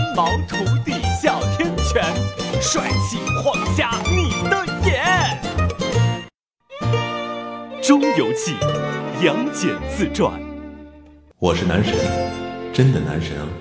毛徒弟哮天犬，帅气晃瞎你的眼。中游记，杨戬自传。 我是男神，真的男神啊！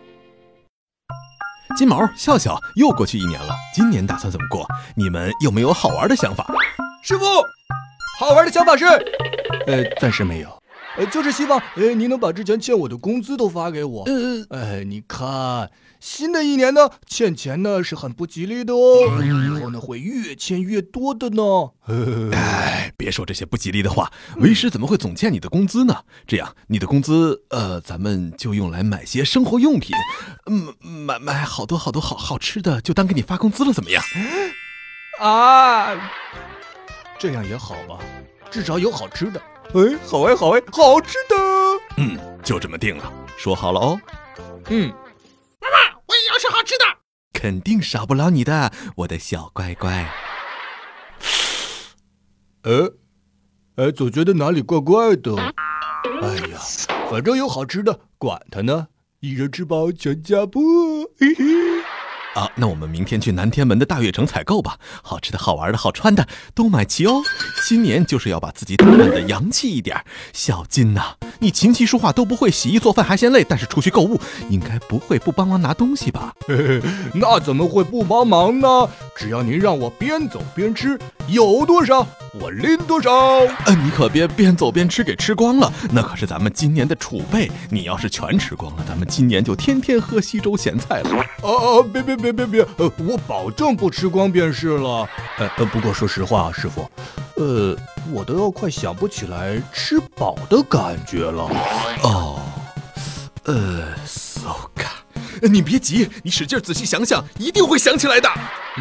金毛、笑笑又过去1年了，今年打算怎么过？你们有没有好玩的想法？ 师傅，好玩的想法是，暂时没有，就是希望您能把之前欠我的工资都发给我。你看，新的1年呢，欠钱呢是很不吉利的哦，以后呢会越欠越多的呢。 别说这些不吉利的话，为师怎么会总欠你的工资呢？这样，你的工资，咱们就用来买些生活用品，买好多好吃的，就当给你发工资了，怎么样？ 啊，这样也好吧，至少有好吃的。好哎，好吃的。 就这么定了，说好了哦。 妈妈，我也要吃好吃的。 肯定少不了你的，我的小乖乖。 总觉得哪里怪怪的。哎呀，反正有好吃的，管他呢，一人吃饱全家不饿。嘿嘿。 那我们明天去南天门的大悦城采购吧，好吃的好玩的好穿的都买齐哦。新年就是要把自己打扮的洋气一点。小金呐，你琴棋书画都不会，洗衣做饭还嫌累，但是出去购物应该不会不帮忙拿东西吧？ 那怎么会不帮忙呢？只要您让我边走边吃，有多少我拎多少。 你可别边走边吃给吃光了，那可是咱们今年的储备。你要是全吃光了，咱们今年就天天喝稀粥咸菜了。 别，我保证不吃光便是了。不过说实话，师傅，我都要快想不起来吃饱的感觉了。 so ga， 你别急，你使劲仔细想想，一定会想起来的。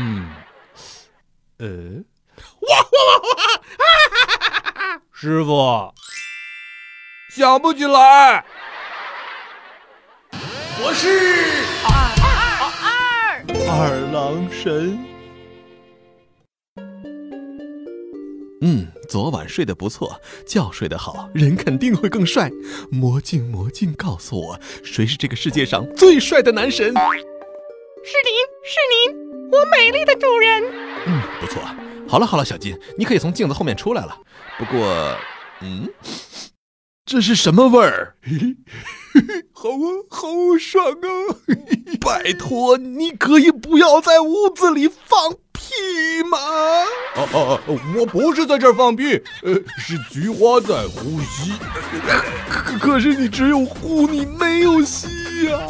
师傅，想不起来。 我是二郎神。昨晚睡得不错，觉睡得好，人肯定会更帅。魔镜告诉我，谁是这个世界上最帅的男神？ 是您，我美丽的主人。 不错。好了，小金，你可以从镜子后面出来了。不过，这是什么味儿？ 好啊，好爽啊！ 拜托，你可以不要在屋子里放屁吗？ 我不是在这儿放屁，是菊花在呼吸。 可是你只有呼，你没有吸呀。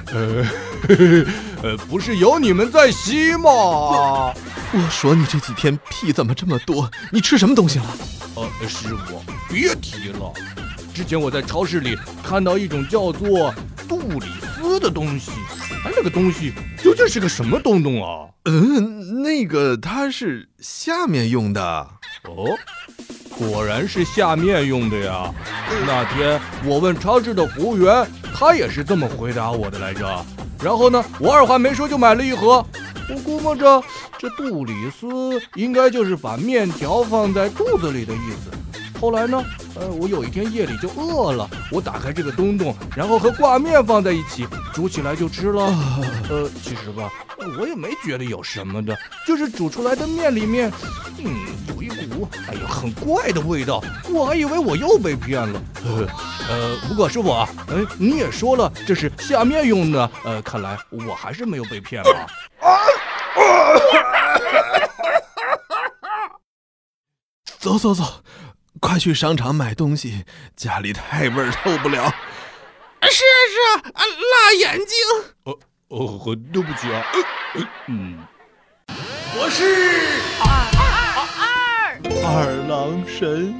不是有你们在吸吗？ 我说你这几天屁怎么这么多？你吃什么东西了？ 师傅，别提了。之前我在超市里看到一种叫做杜里斯的东西，那个东西究竟是个什么东东啊？ 那个它是下面用的。 果然是下面用的呀。那天我问超市的服务员，他也是这么回答我的来着。然后呢，我二话没说就买了1盒。我估摸着这杜里斯应该就是把面条放在肚子里的意思。后来呢，我有一天夜里就饿了，我打开这个东东，然后和挂面放在一起煮起来就吃了。其实吧，我也没觉得有什么的，就是煮出来的面里面，有一股很怪的味道，我还以为我又被骗了。不过师傅啊，你也说了这是下面用的，看来我还是没有被骗吧。 走，快去商场买东西，家里太味儿受不了。 是辣眼睛。 对不起啊。 我是二郎神。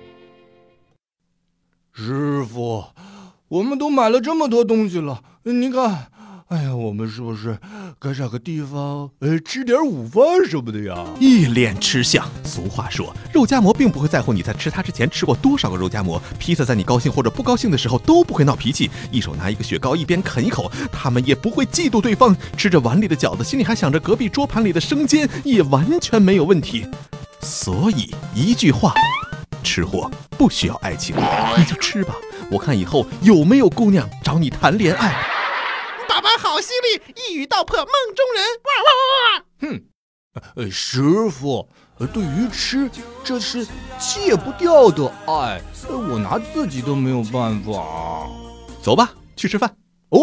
师傅，我们都买了这么多东西了，您看，我们是不是该找个地方吃点午饭什么的呀？ 一脸吃相。俗话说，肉夹馍并不会在乎你在吃它之前吃过多少个肉夹馍，披萨在你高兴或者不高兴的时候都不会闹脾气，一手拿一个雪糕一边啃一口，他们也不会嫉妒对方，吃着碗里的饺子心里还想着隔壁桌盘里的生煎，也完全没有问题。所以一句话，吃货不需要爱情，你就吃吧，我看以后有没有姑娘找你谈恋爱。 爸爸爸好犀利，一语道破梦中人。哇哇哇！ 师傅，对于吃，这是戒不掉的爱，我拿自己都没有办法。 走吧，去吃饭。哦，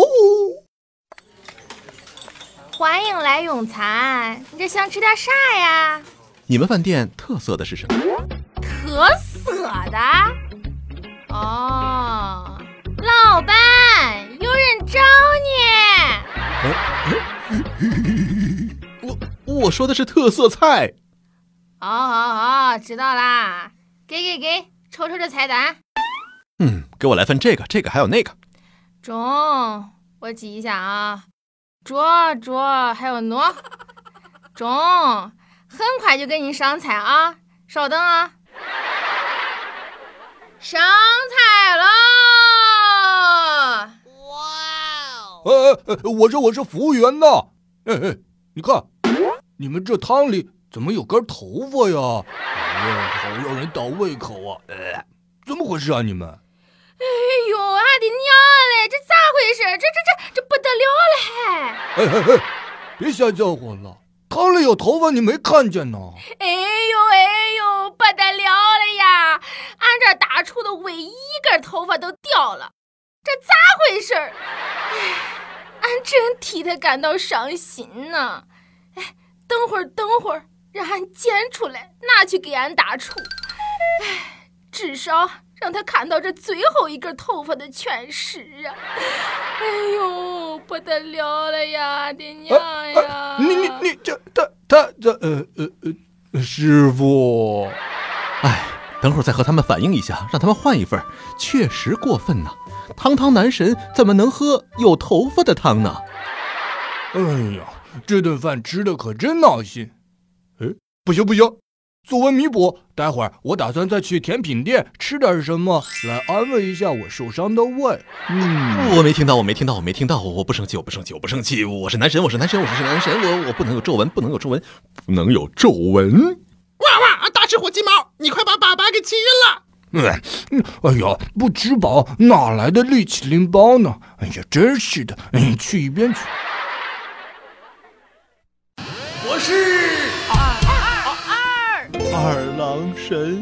欢迎来用餐，你这想吃点啥呀？ 你们饭店特色的是什么？ 特色的？哦，老板，有人找你。我说的是特色菜。 哦，知道啦。给，瞅瞅这菜单。 给我来份这个还有那个。 中，我记一下啊。桌，还有挪。中，很快就给你上菜啊，稍等啊。上菜了！ 哇！我是服务员呢。你看，你们这汤里怎么有根头发呀？好让人倒胃口啊！怎么回事啊你们？ 哎呦，俺的娘嘞，这咋回事？这不得了嘞！ 别瞎叫唤了，汤里有头发你没看见呢？ 哎呦，不得了了呀！俺这大厨的唯一一根头发都掉了，这咋回事？俺真替他感到伤心呢。等会儿，让俺捡出来，拿去给俺大厨。至少让他看到这最后一根头发的全尸啊！哎呦，不得了了呀，的娘呀！ 你这师傅， 等会儿再和他们反映一下，让他们换一份，确实过分呢。堂男神怎么能喝有头发的汤呢？ 哎呀，这顿饭吃的可真闹心。不行，作为弥补，待会儿我打算再去甜品店吃点什么来安慰一下我受伤的胃。 我没听到，我不生气，我是男神，我不能有皱纹，不能有皱纹。 哇，大吃火鸡毛，你快把爸爸给气晕了！ 哎呀，不吃饱哪来的力气拎包呢？哎呀，真是的，去一边去。 我是二郎神。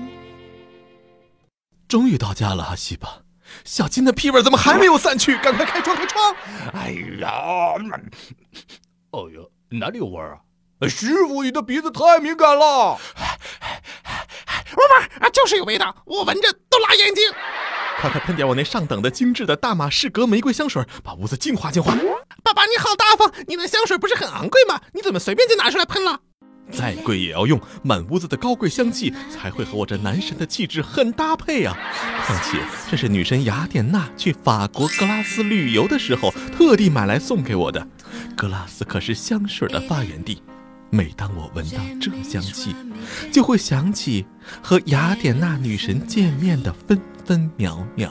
终于到家了，阿西吧。小金的屁味怎么还没有散去？赶快开窗！ 哎呀，哪里有味儿啊？师傅，你的鼻子太敏感了。 就是有味道，我闻着都辣眼睛。 快喷点我那上等的精致的大马士革玫瑰香水，把屋子净化。 爸爸你好大方，你那香水不是很昂贵吗？你怎么随便就拿出来喷了？ 再贵也要用，满屋子的高贵香气才会和我这男神的气质很搭配啊！况且这是女神雅典娜去法国格拉斯旅游的时候特地买来送给我的。格拉斯可是香水的发源地，每当我闻到这香气，就会想起和雅典娜女神见面的分分秒秒。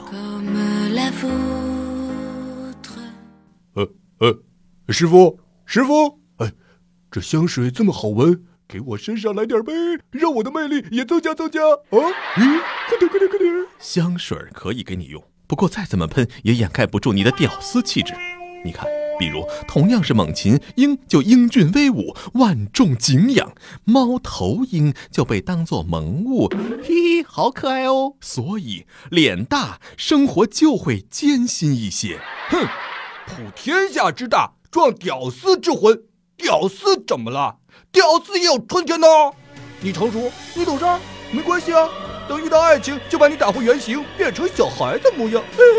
师傅，这香水这么好闻，给我身上来点呗，让我的魅力也增加啊！快点！ 香水可以给你用，不过再怎么喷也掩盖不住你的屌丝气质。你看，比如同样是猛禽，鹰就英俊威武，万众敬仰；猫头鹰就被当作萌物，好可爱哦。所以脸大，生活就会艰辛一些。 普天下之大，壮屌丝之魂。屌丝怎么了？屌丝也有春天呢。你成熟，你懂事，没关系啊。等遇到爱情，就把你打回原形，变成小孩的模样。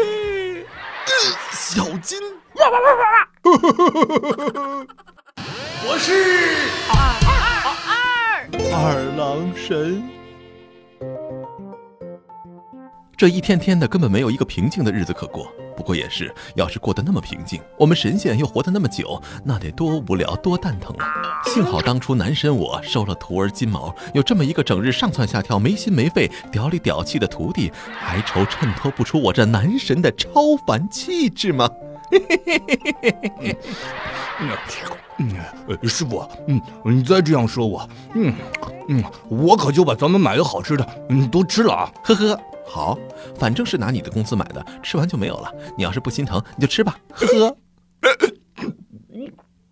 小金， 我是二郎神。这一天天的根本没有一个平静的日子可过。不过也是，要是过得那么平静，我们神仙又活得那么久，那得多无聊多蛋疼啊！幸好当初男神我收了徒儿金毛，有这么一个整日上蹿下跳没心没肺屌里屌气的徒弟，还愁衬托不出我这男神的超凡气质吗？ 师傅，你再这样说我，我可就把咱们买的好吃的都吃了啊！ 呵呵，好，反正是拿你的工资买的，吃完就没有了。你要是不心疼，你就吃吧。呵呵。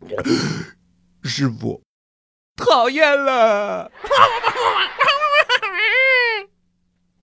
师傅，讨厌了。